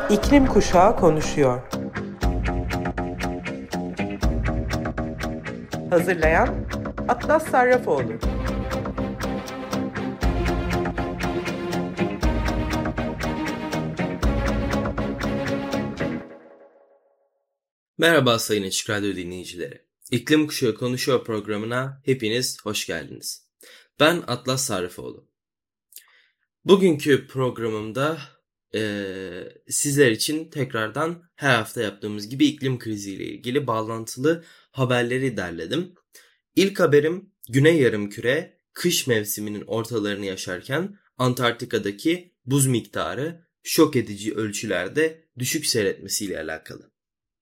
İklim Kuşağı konuşuyor. Hazırlayan Atlas Sarrafoğlu. Merhaba Sayın Açık Radyo dinleyicileri. İklim Kuşağı konuşuyor programına hepiniz hoş geldiniz. Ben Atlas Sarrafoğlu. Bugünkü programımda sizler için tekrardan her hafta yaptığımız gibi iklim kriziyle ilgili bağlantılı haberleri derledim. İlk haberim Güney Yarımküre kış mevsiminin ortalarını yaşarken Antarktika'daki buz miktarı şok edici ölçülerde düşük seyretmesiyle alakalı.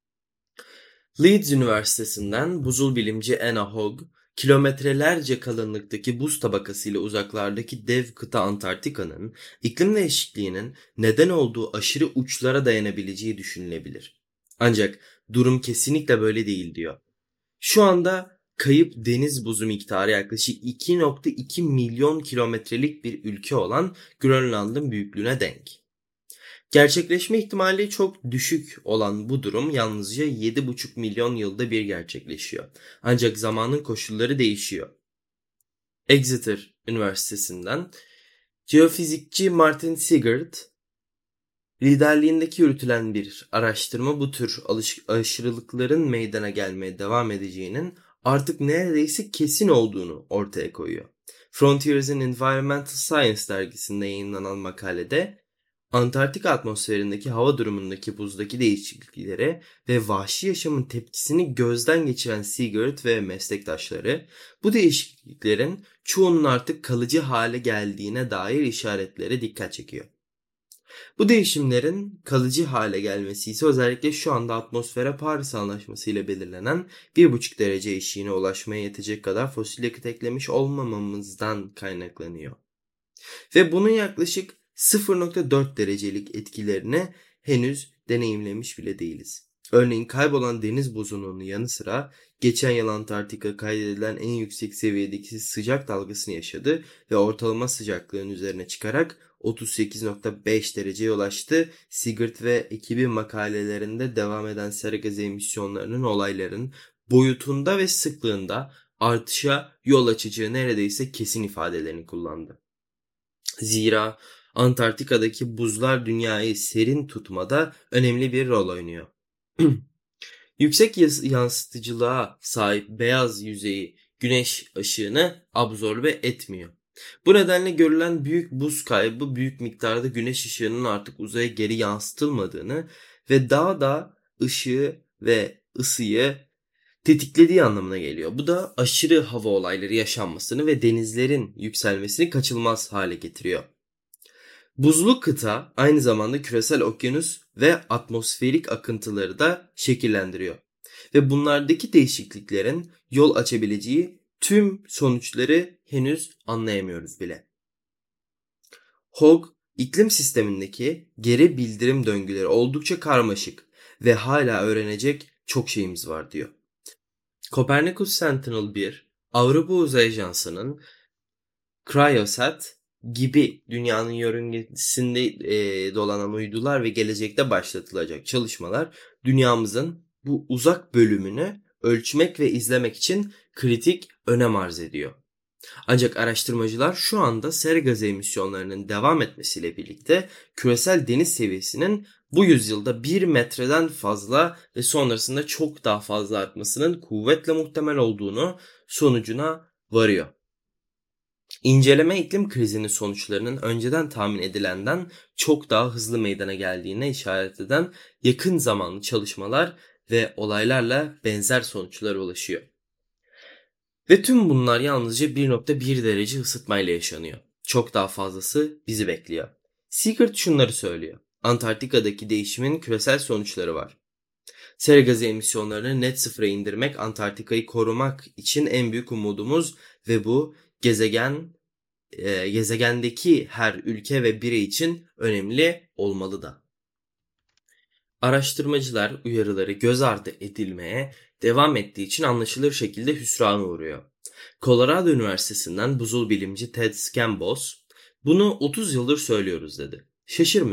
Leeds Üniversitesi'nden buzul bilimci Anna Hogg, kilometrelerce kalınlıktaki buz tabakasıyla uzaklardaki dev kıta Antarktika'nın iklim değişikliğinin neden olduğu aşırı uçlara dayanabileceği düşünülebilir. Ancak durum kesinlikle böyle değil diyor. Şu anda kayıp deniz buzu miktarı yaklaşık 2,2 milyon kilometrelik bir ülke olan Grönland'ın büyüklüğüne denk. Gerçekleşme ihtimali çok düşük olan bu durum yalnızca 7,5 milyon yılda bir gerçekleşiyor. Ancak zamanın koşulları değişiyor. Exeter Üniversitesi'nden jeofizikçi Martin Sigurd liderliğindeki yürütülen bir araştırma bu tür aşırılıkların meydana gelmeye devam edeceğinin artık neredeyse kesin olduğunu ortaya koyuyor. Frontiers in Environmental Science dergisinde yayınlanan makalede Antarktika atmosferindeki hava durumundaki buzdaki değişikliklere ve vahşi yaşamın tepkisini gözden geçiren Sigurd ve meslektaşları bu değişikliklerin çoğunun artık kalıcı hale geldiğine dair işaretlere dikkat çekiyor. Bu değişimlerin kalıcı hale gelmesi ise özellikle şu anda atmosfere Paris Anlaşması ile belirlenen 1,5 derece eşiğine ulaşmaya yetecek kadar fosil yakıt eklemiş olmamamızdan kaynaklanıyor. Ve bunun yaklaşık 0,4 derecelik etkilerini henüz deneyimlemiş bile değiliz. Örneğin kaybolan deniz buzunun yanı sıra geçen yıl Antarktika kaydedilen en yüksek seviyedeki sıcak dalgasını yaşadı ve ortalama sıcaklığın üzerine çıkarak 38,5 dereceye ulaştı. Sigurd ve ekibin makalelerinde devam eden sera gazı emisyonlarının olayların boyutunda ve sıklığında artışa yol açacağı neredeyse kesin ifadelerini kullandı. Zira Antarktika'daki buzlar dünyayı serin tutmada önemli bir rol oynuyor. Yüksek yansıtıcılığa sahip beyaz yüzeyi güneş ışığını absorbe etmiyor. Bu nedenle görülen büyük buz kaybı büyük miktarda güneş ışığının artık uzaya geri yansıtılmadığını ve daha da ışığı ve ısıyı tetiklediği anlamına geliyor. Bu da aşırı hava olayları yaşanmasını ve denizlerin yükselmesini kaçınılmaz hale getiriyor. Buzlu kıta aynı zamanda küresel okyanus ve atmosferik akıntıları da şekillendiriyor. Ve bunlardaki değişikliklerin yol açabileceği tüm sonuçları henüz anlayamıyoruz bile. Hogg, iklim sistemindeki geri bildirim döngüleri oldukça karmaşık ve hala öğrenecek çok şeyimiz var diyor. Copernicus Sentinel-1, Avrupa Uzay Ajansı'nın Cryosat gibi dünyanın yörüngesinde dolanan uydular ve gelecekte başlatılacak çalışmalar dünyamızın bu uzak bölümünü ölçmek ve izlemek için kritik önem arz ediyor. Ancak araştırmacılar şu anda sera gazı emisyonlarının devam etmesiyle birlikte küresel deniz seviyesinin bu yüzyılda 1 metreden fazla ve sonrasında çok daha fazla artmasının kuvvetle muhtemel olduğunu sonucuna varıyor. İnceleme iklim krizinin sonuçlarının önceden tahmin edilenden çok daha hızlı meydana geldiğine işaret eden yakın zamanlı çalışmalar ve olaylarla benzer sonuçlara ulaşıyor. Ve tüm bunlar yalnızca 1,1 derece ısıtmayla yaşanıyor. Çok daha fazlası bizi bekliyor. Sigurd şunları söylüyor. Antarktika'daki değişimin küresel sonuçları var. Sera gazı emisyonlarını net sıfıra indirmek Antarktika'yı korumak için en büyük umudumuz ve bu gezegendeki her ülke ve birey için önemli olmalı da. Araştırmacılar uyarıları göz ardı edilmeye devam ettiği için anlaşılır şekilde hüsrana uğruyor. Colorado Üniversitesi'nden buzul bilimci Ted Scambos, "Bunu 30 yıldır söylüyoruz" dedi. "Şaşırmıyorum.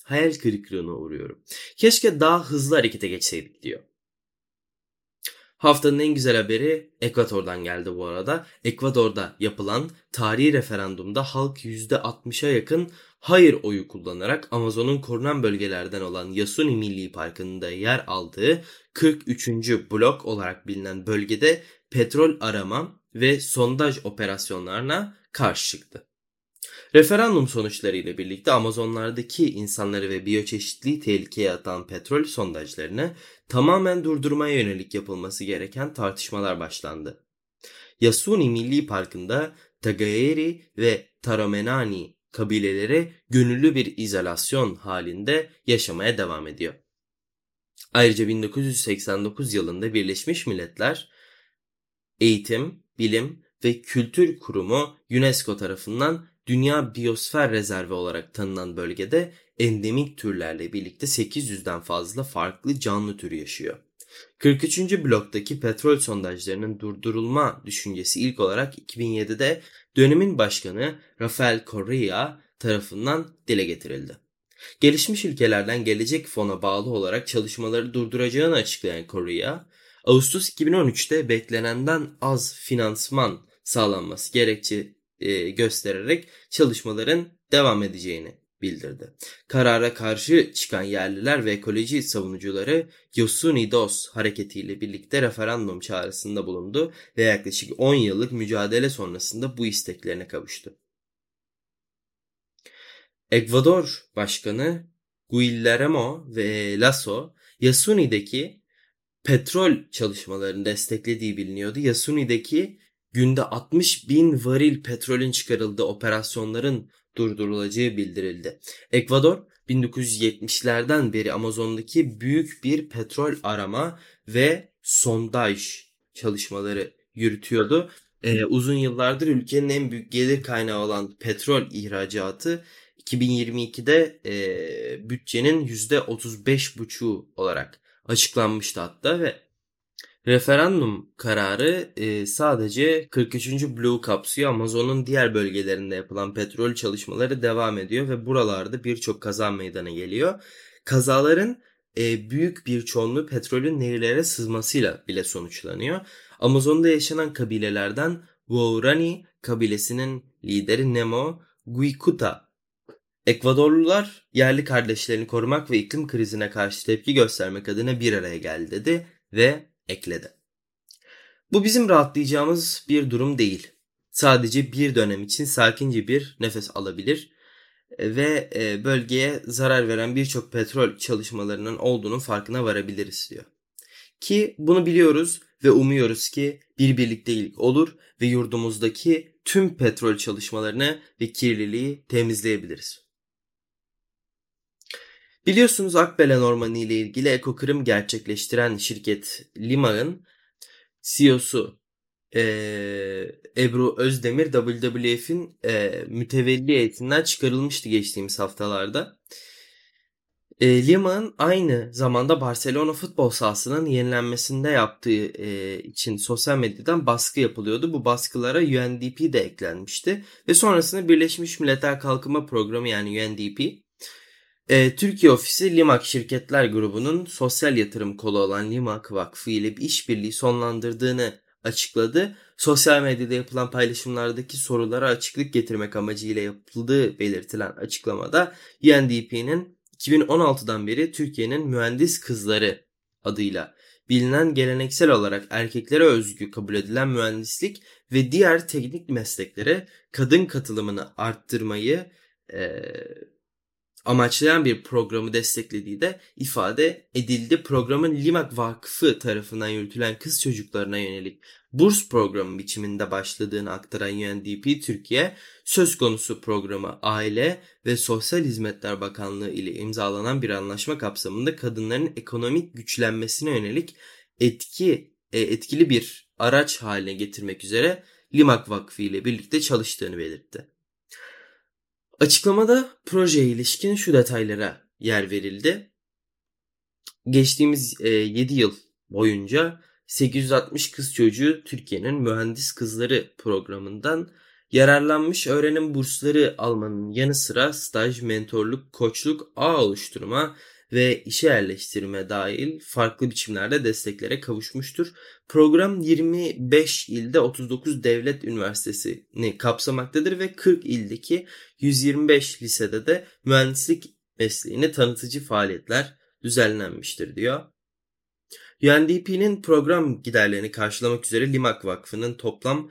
hayal kırıklığına uğruyorum. Keşke daha hızlı harekete geçseydik diyor. Haftanın en güzel haberi Ekvador'dan geldi bu arada. Ekvador'da yapılan tarihi referandumda halk %60'a yakın hayır oyu kullanarak Amazon'un korunan bölgelerden olan Yasuni Milli Parkı'nda yer aldığı 43. blok olarak bilinen bölgede petrol arama ve sondaj operasyonlarına karşı çıktı. Referandum sonuçlarıyla birlikte Amazonlardaki insanları ve biyoçeşitliliği tehlikeye atan petrol sondajlarını tamamen durdurmaya yönelik yapılması gereken tartışmalar başlandı. Yasuni Milli Parkı'nda Tagayeri ve Taromenani kabileleri gönüllü bir izolasyon halinde yaşamaya devam ediyor. Ayrıca 1989 yılında Birleşmiş Milletler Eğitim, Bilim ve Kültür Kurumu UNESCO tarafından Dünya Biyosfer Rezervi olarak tanınan bölgede endemik türlerle birlikte 800'den fazla farklı canlı türü yaşıyor. 43. bloktaki petrol sondajlarının durdurulma düşüncesi ilk olarak 2007'de dönemin başkanı Rafael Correa tarafından dile getirildi. Gelişmiş ülkelerden gelecek fona bağlı olarak çalışmaları durduracağını açıklayan Correa, Ağustos 2013'te beklenenden az finansman sağlanması gerekçe göstererek çalışmaların devam edeceğini bildirdi. Karara karşı çıkan yerliler ve ekoloji savunucuları Yosuni Dos hareketiyle birlikte referandum çağrısında bulundu ve yaklaşık 10 yıllık mücadele sonrasında bu isteklerine kavuştu. Ekvador Başkanı Guillermo Lasso, Yasuni'deki petrol çalışmalarını desteklediği biliniyordu. Yasuni'deki günde 60 bin varil petrolün çıkarıldığı operasyonların durdurulacağı bildirildi. Ekvador 1970'lerden beri Amazon'daki büyük bir petrol arama ve sondaj çalışmaları yürütüyordu. Uzun yıllardır ülkenin en büyük gelir kaynağı olan petrol ihracatı 2022'de bütçenin %35,5'u olarak açıklanmıştı hatta ve referandum kararı sadece 43. bloğu kapsıyor. Amazon'un diğer bölgelerinde yapılan petrol çalışmaları devam ediyor ve buralarda birçok kaza meydana geliyor. Kazaların büyük bir çoğunluğu petrolün nehirlere sızmasıyla bile sonuçlanıyor. Amazon'da yaşanan kabilelerden Waurani kabilesinin lideri Nemo Guicuta, Ekvadorlular yerli kardeşlerini korumak ve iklim krizine karşı tepki göstermek adına bir araya geldi dedi ve ekledi. Bu bizim rahatlayacağımız bir durum değil. Sadece bir dönem için sakince bir nefes alabilir ve bölgeye zarar veren birçok petrol çalışmalarının olduğunun farkına varabiliriz diyor. Ki bunu biliyoruz ve umuyoruz ki bir birliktelik olur ve yurdumuzdaki tüm petrol çalışmalarını ve kirliliği temizleyebiliriz. Biliyorsunuz Akbelen Ormanı ile ilgili ekokırım gerçekleştiren şirket Lima'nın CEO'su Ebru Özdemir WWF'in mütevelli heyetinden çıkarılmıştı geçtiğimiz haftalarda. Lima'nın aynı zamanda Barcelona futbol sahasının yenilenmesinde yaptığı için sosyal medyadan baskı yapılıyordu. Bu baskılara UNDP de eklenmişti ve sonrasında Birleşmiş Milletler Kalkınma Programı yani UNDP Türkiye ofisi Limak Şirketler Grubu'nun sosyal yatırım kolu olan Limak Vakfı ile bir işbirliği sonlandırdığını açıkladı. Sosyal medyada yapılan paylaşımlardaki sorulara açıklık getirmek amacıyla yapıldığı belirtilen açıklamada UNDP'nin 2016'dan beri Türkiye'nin mühendis kızları adıyla bilinen geleneksel olarak erkeklere özgü kabul edilen mühendislik ve diğer teknik mesleklere kadın katılımını arttırmayı amaçlayan bir programı desteklediği de ifade edildi. Programın Limak Vakfı tarafından yürütülen kız çocuklarına yönelik burs programı biçiminde başladığını aktaran UNDP Türkiye, söz konusu programı Aile ve Sosyal Hizmetler Bakanlığı ile imzalanan bir anlaşma kapsamında kadınların ekonomik güçlenmesine yönelik etkili bir araç haline getirmek üzere Limak Vakfı ile birlikte çalıştığını belirtti. Açıklamada projeye ilişkin şu detaylara yer verildi. Geçtiğimiz 7 yıl boyunca 860 kız çocuğu Türkiye'nin Mühendis Kızları programından Yararlanmış öğrenim bursları almanın yanı sıra staj, mentorluk, koçluk, ağ oluşturma ve işe yerleştirme dahil farklı biçimlerde desteklere kavuşmuştur. Program 25 ilde 39 devlet üniversitesini kapsamaktadır ve 40 ildeki 125 lisede de mühendislik mesleğini tanıtıcı faaliyetler düzenlenmiştir diyor. UNDP'nin program giderlerini karşılamak üzere Limak Vakfı'nın toplam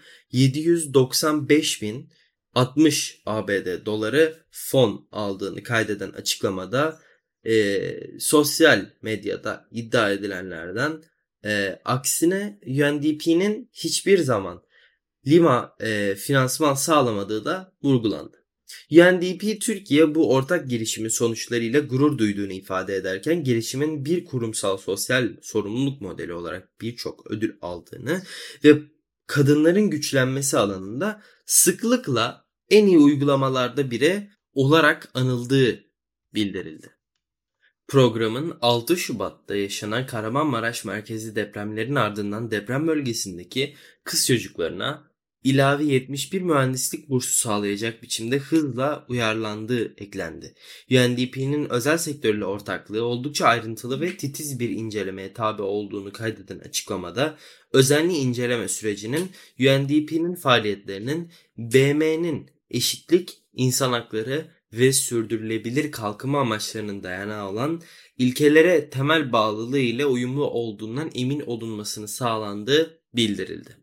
795.060 ABD doları fon aldığını kaydeden açıklamada sosyal medyada iddia edilenlerden aksine UNDP'nin hiçbir zaman Lima finansman sağlamadığı da vurgulandı. UNDP Türkiye bu ortak girişimin sonuçlarıyla gurur duyduğunu ifade ederken girişimin bir kurumsal sosyal sorumluluk modeli olarak birçok ödül aldığını ve kadınların güçlenmesi alanında sıklıkla en iyi uygulamalarda biri olarak anıldığı bildirildi. Programın 6 Şubat'ta yaşanan Kahramanmaraş merkezli depremlerin ardından deprem bölgesindeki kız çocuklarına ilave 71 mühendislik bursu sağlayacak biçimde hızla uyarlandığı eklendi. UNDP'nin özel sektörle ortaklığı oldukça ayrıntılı ve titiz bir incelemeye tabi olduğunu kaydeden açıklamada özenli inceleme sürecinin UNDP'nin faaliyetlerinin BM'nin eşitlik, insan hakları ve sürdürülebilir kalkınma amaçlarının dayanağı olan ilkelere temel bağlılığı ile uyumlu olduğundan emin olunmasını sağlandığı bildirildi.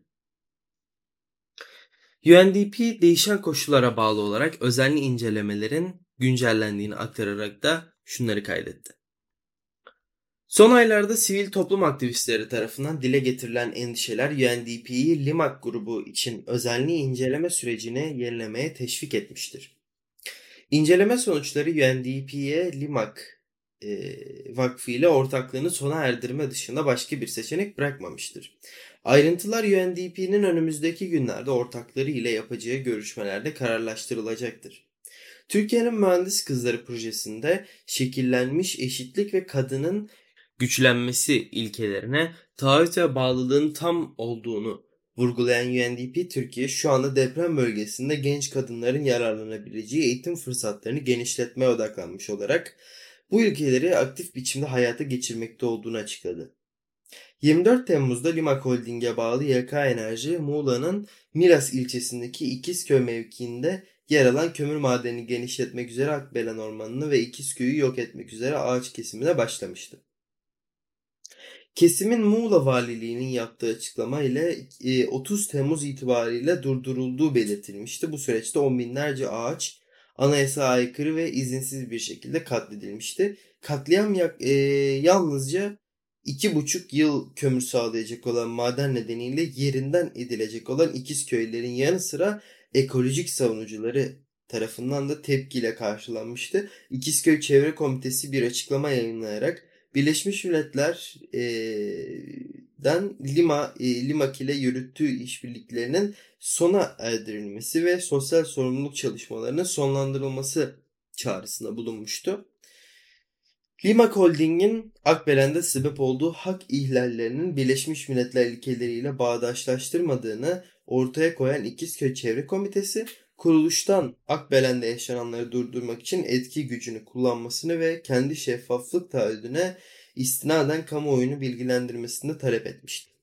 UNDP değişen koşullara bağlı olarak özenli incelemelerin güncellendiğini aktararak da şunları kaydetti. Son aylarda sivil toplum aktivistleri tarafından dile getirilen endişeler UNDP'yi Limak grubu için özenli inceleme sürecini yenilemeye teşvik etmiştir. İnceleme sonuçları UNDP'ye Limak Vakfı ile ortaklığını sona erdirme dışında başka bir seçenek bırakmamıştır. Ayrıntılar UNDP'nin önümüzdeki günlerde ortakları ile yapacağı görüşmelerde kararlaştırılacaktır. Türkiye'nin Mühendis Kızları projesinde şekillenmiş eşitlik ve kadının güçlenmesi ilkelerine taahhüt ve bağlılığın tam olduğunu vurgulayan UNDP Türkiye şu anda deprem bölgesinde genç kadınların yararlanabileceği eğitim fırsatlarını genişletmeye odaklanmış olarak bu ilkeleri aktif biçimde hayata geçirmekte olduğunu açıkladı. 24 Temmuz'da Limak Holding'e bağlı YK Enerji, Muğla'nın Milas ilçesindeki İkizköy mevkiinde yer alan kömür madenini genişletmek üzere Akbelen Ormanı'nı ve İkizköy'ü yok etmek üzere ağaç kesimine başlamıştı. Kesimin Muğla Valiliği'nin yaptığı açıklama ile 30 Temmuz itibariyle durdurulduğu belirtilmişti. Bu süreçte on binlerce ağaç anayasaya aykırı ve izinsiz bir şekilde katledilmişti. Katliam yalnızca 2,5 yıl kömür sağlayacak olan maden nedeniyle yerinden edilecek olan İkizköylülerin yanı sıra ekolojik savunucuları tarafından da tepkiyle karşılanmıştı. İkizköy Çevre Komitesi bir açıklama yayınlayarak Birleşmiş Milletler'den Limak ile yürüttüğü işbirliklerinin sona erdirilmesi ve sosyal sorumluluk çalışmalarının sonlandırılması çağrısında bulunmuştu. Limak Holding'in Akbelen'de sebep olduğu hak ihlallerinin Birleşmiş Milletler ilkeleriyle bağdaşlaştırmadığını ortaya koyan İkizköy Çevre Komitesi, kuruluştan Akbelen'de yaşananları durdurmak için etki gücünü kullanmasını ve kendi şeffaflık taahhüdüne istinaden kamuoyunu bilgilendirmesini talep etmişti.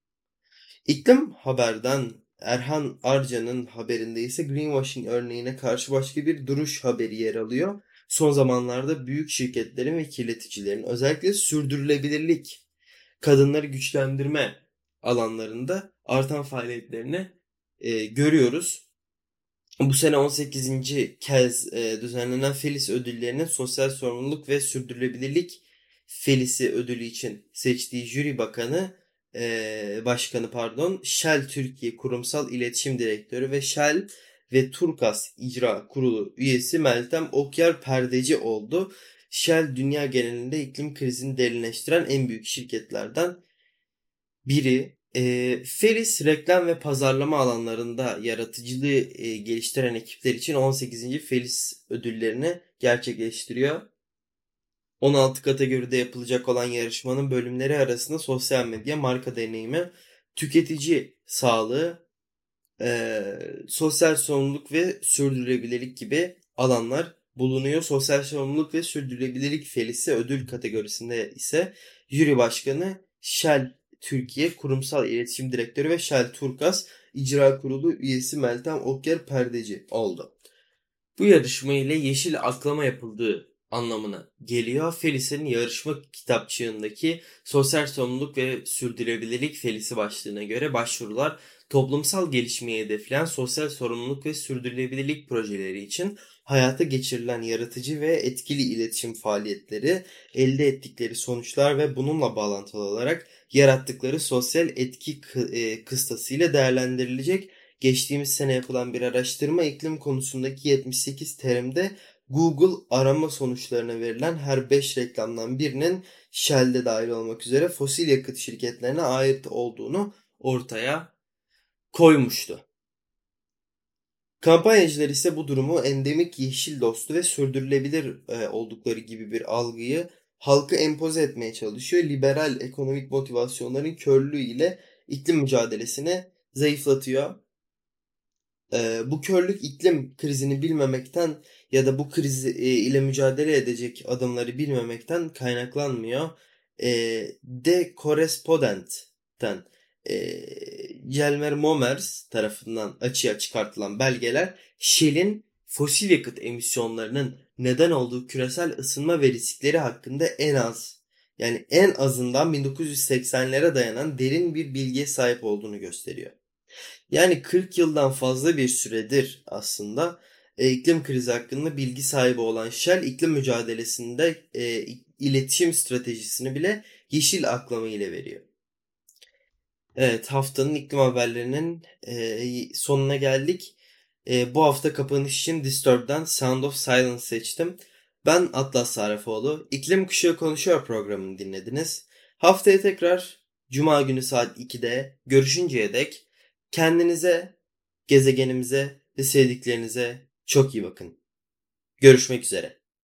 İklim Haber'den Erhan Arcan'ın haberinde ise greenwashing örneğine karşı başka bir duruş haberi yer alıyor. Son zamanlarda büyük şirketlerin ve kirleticilerin özellikle sürdürülebilirlik, kadınları güçlendirme alanlarında artan faaliyetlerini görüyoruz. Bu sene 18. kez düzenlenen Felis ödüllerinin sosyal sorumluluk ve sürdürülebilirlik Felis'i ödülü için seçtiği jüri başkanı Shell Türkiye Kurumsal İletişim Direktörü ve Shell ve Turkas İcra Kurulu üyesi Meltem Okyar Perdeci oldu. Shell dünya genelinde iklim krizini derinleştiren en büyük şirketlerden biri. Felis reklam ve pazarlama alanlarında yaratıcılığı geliştiren ekipler için 18. Felis ödüllerini gerçekleştiriyor. 16 kategoride yapılacak olan yarışmanın bölümleri arasında sosyal medya, marka deneyimi, tüketici sağlığı, sosyal sorumluluk ve sürdürülebilirlik gibi alanlar bulunuyor. Sosyal sorumluluk ve sürdürülebilirlik felisi ödül kategorisinde ise jüri başkanı Shell Türkiye Kurumsal İletişim Direktörü ve Shell Turkas İcra Kurulu üyesi Meltem Okyar Perdeci oldu. Bu yarışma ile yeşil aklama yapıldığı anlamına geliyor. Felis'in yarışma kitapçığındaki sosyal sorumluluk ve sürdürülebilirlik felisi başlığına göre başvurular toplumsal gelişmeyi hedefleyen sosyal sorumluluk ve sürdürülebilirlik projeleri için hayata geçirilen yaratıcı ve etkili iletişim faaliyetleri, elde ettikleri sonuçlar ve bununla bağlantılı olarak yarattıkları sosyal etki kıstasıyla değerlendirilecek. Geçtiğimiz sene yapılan bir araştırma iklim konusundaki 78 terimde Google arama sonuçlarına verilen her 5 reklamdan birinin Shell'de dahil olmak üzere fosil yakıt şirketlerine ait olduğunu ortaya koymuştu. Kampanyacılar ise bu durumu endemik, yeşil dostu ve sürdürülebilir oldukları gibi bir algıyı halka empoze etmeye çalışıyor. Liberal ekonomik motivasyonların körlüğü ile iklim mücadelesini zayıflatıyor. Bu körlük iklim krizini bilmemekten ya da bu kriz ile mücadele edecek adımları bilmemekten kaynaklanmıyor. De Correspondent'ten Jelmer Momers tarafından açığa çıkartılan belgeler Shell'in fosil yakıt emisyonlarının neden olduğu küresel ısınma ve riskleri hakkında en azından 1980'lere dayanan derin bir bilgiye sahip olduğunu gösteriyor. Yani 40 yıldan fazla bir süredir aslında iklim krizi hakkında bilgi sahibi olan Shell iklim mücadelesinde iletişim stratejisini bile yeşil aklama ile veriyor. Evet, haftanın iklim haberlerinin sonuna geldik. Bu hafta kapanış için Disturbed'dan Sound of Silence seçtim. Ben Atlas Sarrafoğlu. İklim Kuşağı Konuşuyor programını dinlediniz. Haftaya tekrar Cuma günü saat 2'de görüşünceye dek kendinize, gezegenimize ve sevdiklerinize çok iyi bakın. Görüşmek üzere.